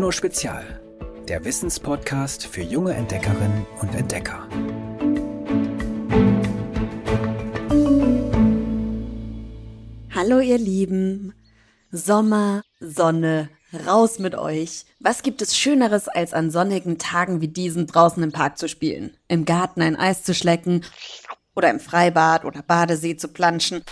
Bruno Spezial, der Wissenspodcast für junge Entdeckerinnen und Entdecker. Hallo ihr Lieben, Sommer, Sonne, raus mit euch. Was gibt es Schöneres, als an sonnigen Tagen wie diesen draußen im Park zu spielen, im Garten ein Eis zu schlecken oder im Freibad oder Badesee zu planschen,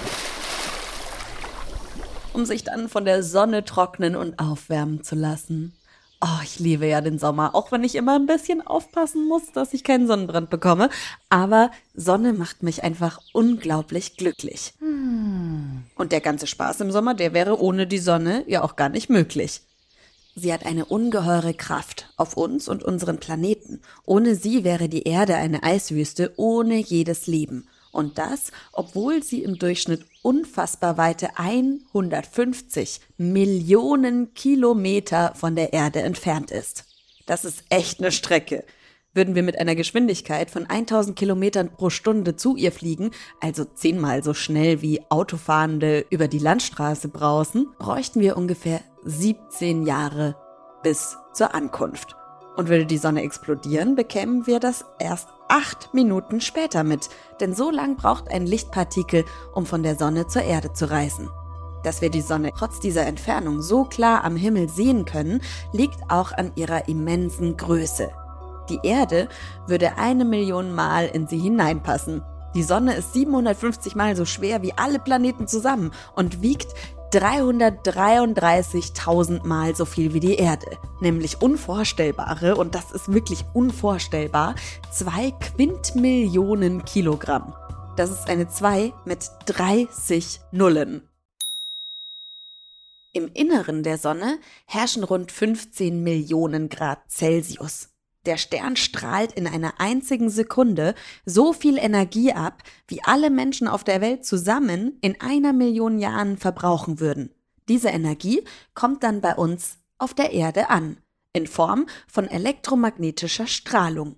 um sich dann von der Sonne trocknen und aufwärmen zu lassen. Oh, ich liebe ja den Sommer, auch wenn ich immer ein bisschen aufpassen muss, dass ich keinen Sonnenbrand bekomme. Aber Sonne macht mich einfach unglaublich glücklich. Und der ganze Spaß im Sommer, der wäre ohne die Sonne ja auch gar nicht möglich. Sie hat eine ungeheure Kraft auf uns und unseren Planeten. Ohne sie wäre die Erde eine Eiswüste ohne jedes Leben. Und das, obwohl sie im Durchschnitt unfassbar weite 150 Millionen Kilometer von der Erde entfernt ist. Das ist echt eine Strecke. Würden wir mit einer Geschwindigkeit von 1000 Kilometern pro Stunde zu ihr fliegen, also 10-mal so schnell wie Autofahrende über die Landstraße brausen, bräuchten wir ungefähr 17 Jahre bis zur Ankunft. Und würde die Sonne explodieren, bekämen wir das erst 8 Minuten später mit, denn so lang braucht ein Lichtpartikel, um von der Sonne zur Erde zu reisen. Dass wir die Sonne trotz dieser Entfernung so klar am Himmel sehen können, liegt auch an ihrer immensen Größe. Die Erde würde 1 Million Mal in sie hineinpassen. Die Sonne ist 750 Mal so schwer wie alle Planeten zusammen und wiegt 333.000 Mal so viel wie die Erde. Nämlich unvorstellbare, und das ist wirklich unvorstellbar, 2 Quintmillionen Kilogramm. Das ist eine 2 mit 30 Nullen. Im Inneren der Sonne herrschen rund 15 Millionen Grad Celsius. Der Stern strahlt in einer einzigen Sekunde so viel Energie ab, wie alle Menschen auf der Welt zusammen in 1 Million Jahren verbrauchen würden. Diese Energie kommt dann bei uns auf der Erde an, in Form von elektromagnetischer Strahlung.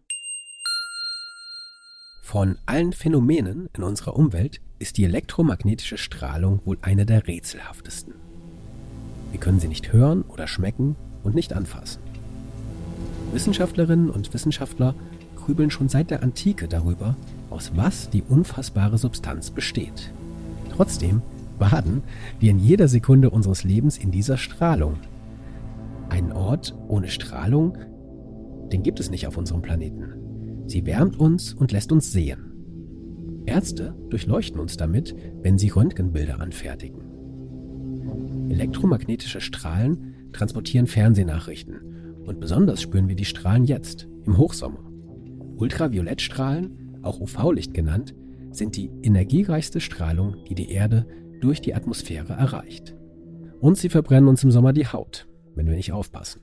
Von allen Phänomenen in unserer Umwelt ist die elektromagnetische Strahlung wohl eine der rätselhaftesten. Wir können sie nicht hören oder schmecken und nicht anfassen. Wissenschaftlerinnen und Wissenschaftler grübeln schon seit der Antike darüber, aus was die unfassbare Substanz besteht. Trotzdem baden wir in jeder Sekunde unseres Lebens in dieser Strahlung. Einen Ort ohne Strahlung, den gibt es nicht auf unserem Planeten. Sie wärmt uns und lässt uns sehen. Ärzte durchleuchten uns damit, wenn sie Röntgenbilder anfertigen. Elektromagnetische Strahlen transportieren Fernsehnachrichten. Und besonders spüren wir die Strahlen jetzt, im Hochsommer. Ultraviolettstrahlen, auch UV-Licht genannt, sind die energiereichste Strahlung, die die Erde durch die Atmosphäre erreicht. Und sie verbrennen uns im Sommer die Haut, wenn wir nicht aufpassen.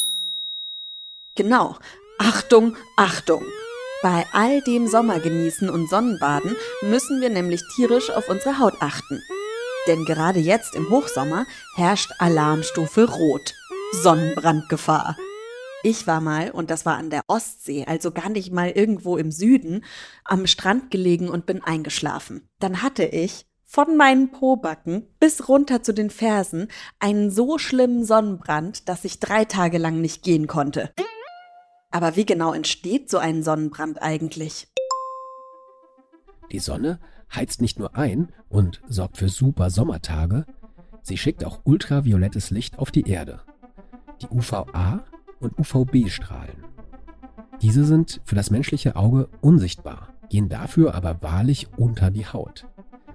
Genau. Achtung, Achtung! Bei all dem Sommergenießen und Sonnenbaden müssen wir nämlich tierisch auf unsere Haut achten. Denn gerade jetzt im Hochsommer herrscht Alarmstufe Rot. Sonnenbrandgefahr. Ich war mal, und das war an der Ostsee, also gar nicht mal irgendwo im Süden, am Strand gelegen und bin eingeschlafen. Dann hatte ich von meinen Pobacken bis runter zu den Fersen einen so schlimmen Sonnenbrand, dass ich 3 Tage lang nicht gehen konnte. Aber wie genau entsteht so ein Sonnenbrand eigentlich? Die Sonne heizt nicht nur ein und sorgt für super Sommertage, sie schickt auch ultraviolettes Licht auf die Erde. Die UVA- und UVB-Strahlen. Diese sind für das menschliche Auge unsichtbar, gehen dafür aber wahrlich unter die Haut.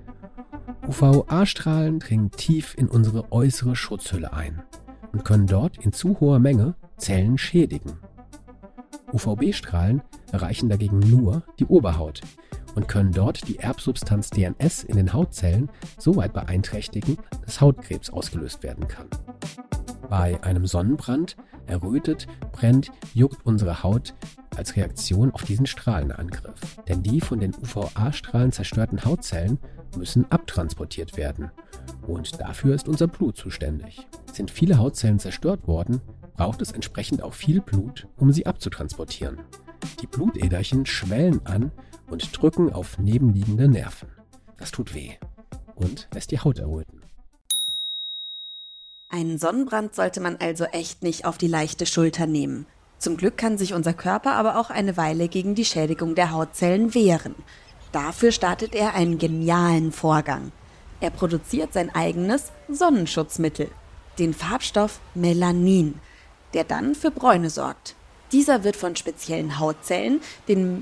UVA-Strahlen dringen tief in unsere äußere Schutzhülle ein und können dort in zu hoher Menge Zellen schädigen. UVB-Strahlen erreichen dagegen nur die Oberhaut und können dort die Erbsubstanz DNS in den Hautzellen so weit beeinträchtigen, dass Hautkrebs ausgelöst werden kann. Bei einem Sonnenbrand errötet, brennt, juckt unsere Haut als Reaktion auf diesen Strahlenangriff. Denn die von den UVA-Strahlen zerstörten Hautzellen müssen abtransportiert werden. Und dafür ist unser Blut zuständig. Sind viele Hautzellen zerstört worden, braucht es entsprechend auch viel Blut, um sie abzutransportieren. Die Blutäderchen schwellen an und drücken auf nebenliegende Nerven. Das tut weh und lässt die Haut erröten. Einen Sonnenbrand sollte man also echt nicht auf die leichte Schulter nehmen. Zum Glück kann sich unser Körper aber auch eine Weile gegen die Schädigung der Hautzellen wehren. Dafür startet er einen genialen Vorgang. Er produziert sein eigenes Sonnenschutzmittel, den Farbstoff Melanin, der dann für Bräune sorgt. Dieser wird von speziellen Hautzellen, den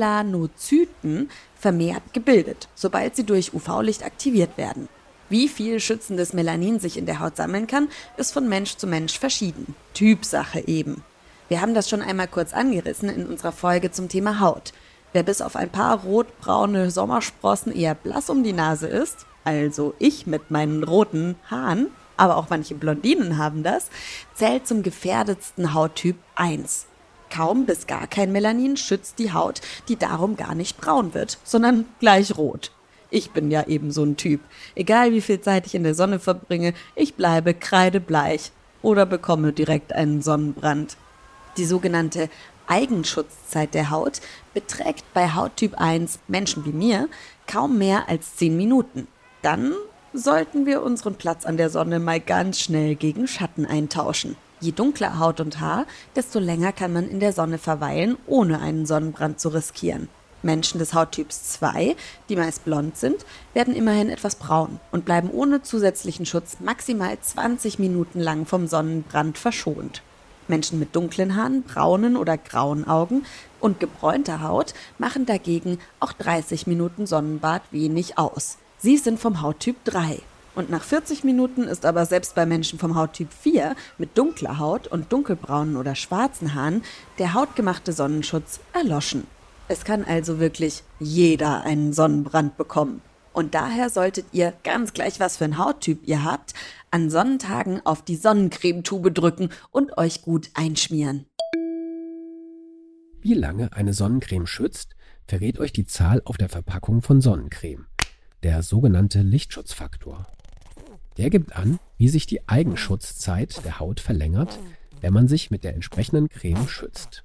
Melanozyten, vermehrt gebildet, sobald sie durch UV-Licht aktiviert werden. Wie viel schützendes Melanin sich in der Haut sammeln kann, ist von Mensch zu Mensch verschieden. Typsache eben. Wir haben das schon einmal kurz angerissen in unserer Folge zum Thema Haut. Wer bis auf ein paar rotbraune Sommersprossen eher blass um die Nase ist, also ich mit meinen roten Haaren, aber auch manche Blondinen haben das, zählt zum gefährdetsten Hauttyp 1. Kaum bis gar kein Melanin schützt die Haut, die darum gar nicht braun wird, sondern gleich rot. Ich bin ja eben so ein Typ. Egal wie viel Zeit ich in der Sonne verbringe, ich bleibe kreidebleich oder bekomme direkt einen Sonnenbrand. Die sogenannte Eigenschutzzeit der Haut beträgt bei Hauttyp 1 Menschen wie mir kaum mehr als 10 Minuten. Dann sollten wir unseren Platz an der Sonne mal ganz schnell gegen Schatten eintauschen. Je dunkler Haut und Haar, desto länger kann man in der Sonne verweilen, ohne einen Sonnenbrand zu riskieren. Menschen des Hauttyps 2, die meist blond sind, werden immerhin etwas braun und bleiben ohne zusätzlichen Schutz maximal 20 Minuten lang vom Sonnenbrand verschont. Menschen mit dunklen Haaren, braunen oder grauen Augen und gebräunter Haut machen dagegen auch 30 Minuten Sonnenbad wenig aus. Sie sind vom Hauttyp 3. Und nach 40 Minuten ist aber selbst bei Menschen vom Hauttyp 4 mit dunkler Haut und dunkelbraunen oder schwarzen Haaren der hautgemachte Sonnenschutz erloschen. Es kann also wirklich jeder einen Sonnenbrand bekommen. Und daher solltet ihr, ganz gleich was für ein Hauttyp ihr habt, an Sonnentagen auf die Sonnencremetube drücken und euch gut einschmieren. Wie lange eine Sonnencreme schützt, verrät euch die Zahl auf der Verpackung von Sonnencreme, der sogenannte Lichtschutzfaktor. Der gibt an, wie sich die Eigenschutzzeit der Haut verlängert, wenn man sich mit der entsprechenden Creme schützt.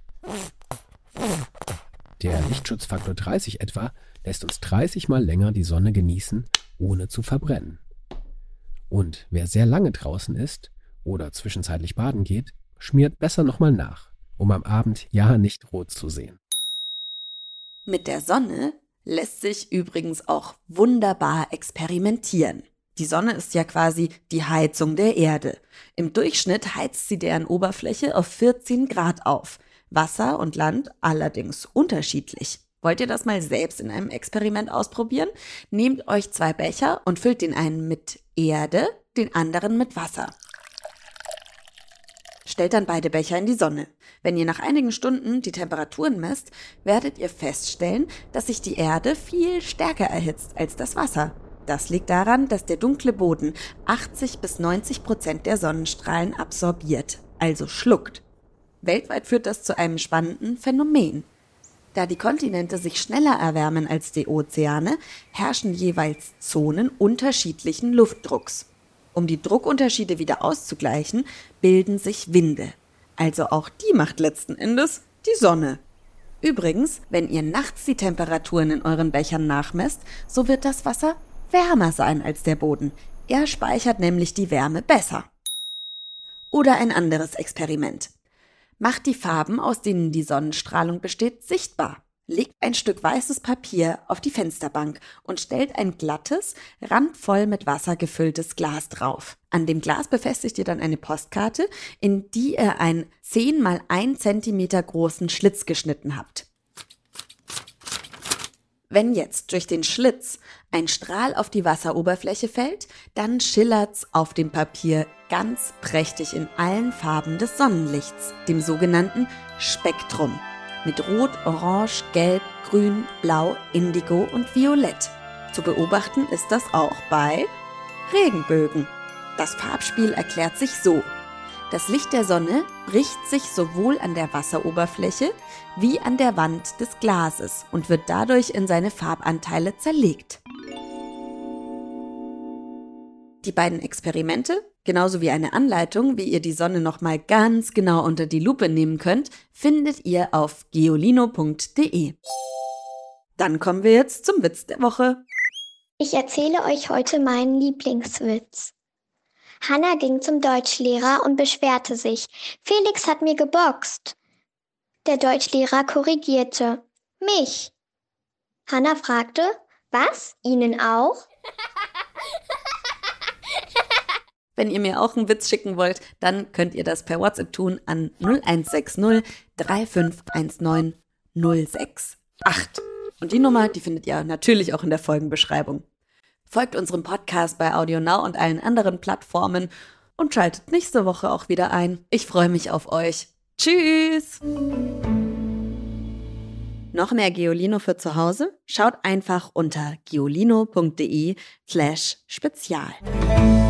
Der Lichtschutzfaktor 30 etwa lässt uns 30 Mal länger die Sonne genießen, ohne zu verbrennen. Und wer sehr lange draußen ist oder zwischenzeitlich baden geht, schmiert besser nochmal nach, um am Abend ja nicht rot zu sehen. Mit der Sonne lässt sich übrigens auch wunderbar experimentieren. Die Sonne ist ja quasi die Heizung der Erde. Im Durchschnitt heizt sie deren Oberfläche auf 14 Grad auf. Wasser und Land allerdings unterschiedlich. Wollt ihr das mal selbst in einem Experiment ausprobieren? Nehmt euch 2 Becher und füllt den einen mit Erde, den anderen mit Wasser. Stellt dann beide Becher in die Sonne. Wenn ihr nach einigen Stunden die Temperaturen messt, werdet ihr feststellen, dass sich die Erde viel stärker erhitzt als das Wasser. Das liegt daran, dass der dunkle Boden 80-90% der Sonnenstrahlen absorbiert, also schluckt. Weltweit führt das zu einem spannenden Phänomen. Da die Kontinente sich schneller erwärmen als die Ozeane, herrschen jeweils Zonen unterschiedlichen Luftdrucks. Um die Druckunterschiede wieder auszugleichen, bilden sich Winde. Also auch die macht letzten Endes die Sonne. Übrigens, wenn ihr nachts die Temperaturen in euren Bechern nachmesst, so wird das Wasser wärmer sein als der Boden. Er speichert nämlich die Wärme besser. Oder ein anderes Experiment. Macht die Farben, aus denen die Sonnenstrahlung besteht, sichtbar. Legt ein Stück weißes Papier auf die Fensterbank und stellt ein glattes, randvoll mit Wasser gefülltes Glas drauf. An dem Glas befestigt ihr dann eine Postkarte, in die ihr einen 10 x 1 cm großen Schlitz geschnitten habt. Wenn jetzt durch den Schlitz ein Strahl auf die Wasseroberfläche fällt, dann schillert's auf dem Papier ganz prächtig in allen Farben des Sonnenlichts, dem sogenannten Spektrum, mit Rot, Orange, Gelb, Grün, Blau, Indigo und Violett. Zu beobachten ist das auch bei Regenbögen. Das Farbspiel erklärt sich so. Das Licht der Sonne bricht sich sowohl an der Wasseroberfläche wie an der Wand des Glases und wird dadurch in seine Farbanteile zerlegt. Die beiden Experimente, genauso wie eine Anleitung, wie ihr die Sonne nochmal ganz genau unter die Lupe nehmen könnt, findet ihr auf geolino.de. Dann kommen wir jetzt zum Witz der Woche. Ich erzähle euch heute meinen Lieblingswitz. Hanna ging zum Deutschlehrer und beschwerte sich. Felix hat mir geboxt. Der Deutschlehrer korrigierte. Mich. Hanna fragte, was? Ihnen auch? Wenn ihr mir auch einen Witz schicken wollt, dann könnt ihr das per WhatsApp tun an 0160 3519 068. Und die Nummer, die findet ihr natürlich auch in der Folgenbeschreibung. Folgt unserem Podcast bei AudioNow und allen anderen Plattformen und schaltet nächste Woche auch wieder ein. Ich freue mich auf euch. Tschüss! Noch mehr Geolino für zu Hause? Schaut einfach unter geolino.de/spezial.